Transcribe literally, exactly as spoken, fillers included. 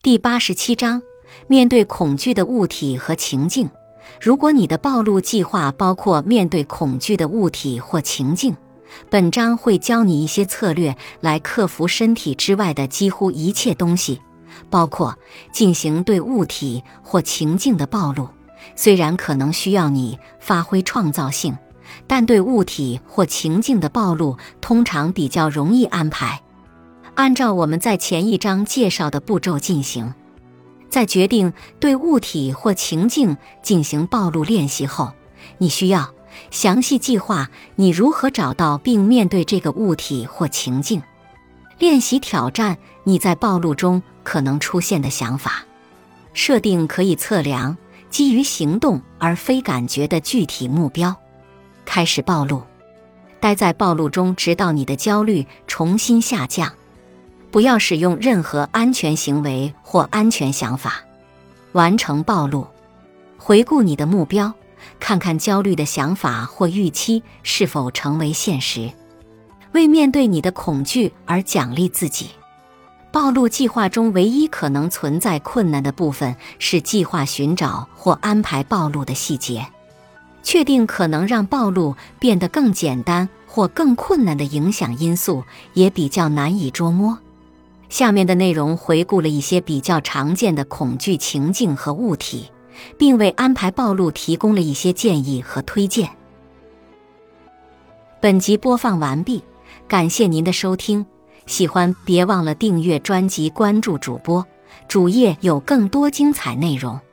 第八十七章，面对恐惧的物体和情境。如果你的暴露计划包括面对恐惧的物体或情境，本章会教你一些策略来克服身体之外的几乎一切东西，包括进行对物体或情境的暴露。虽然可能需要你发挥创造性，但对物体或情境的暴露通常比较容易安排。按照我们在前一章介绍的步骤进行。在决定对物体或情境进行暴露练习后，你需要详细计划你如何找到并面对这个物体或情境，练习挑战你在暴露中可能出现的想法，设定可以测量、基于行动而非感觉的具体目标，开始暴露，待在暴露中直到你的焦虑重新下降。不要使用任何安全行为或安全想法。完成暴露，回顾你的目标，看看焦虑的想法或预期是否成为现实。为面对你的恐惧而奖励自己。暴露计划中唯一可能存在困难的部分是计划寻找或安排暴露的细节。确定可能让暴露变得更简单或更困难的影响因素也比较难以捉摸。下面的内容回顾了一些比较常见的恐惧情境和物体，并为安排暴露提供了一些建议和推荐。本集播放完毕，感谢您的收听，喜欢别忘了订阅专辑，关注主播，主页有更多精彩内容。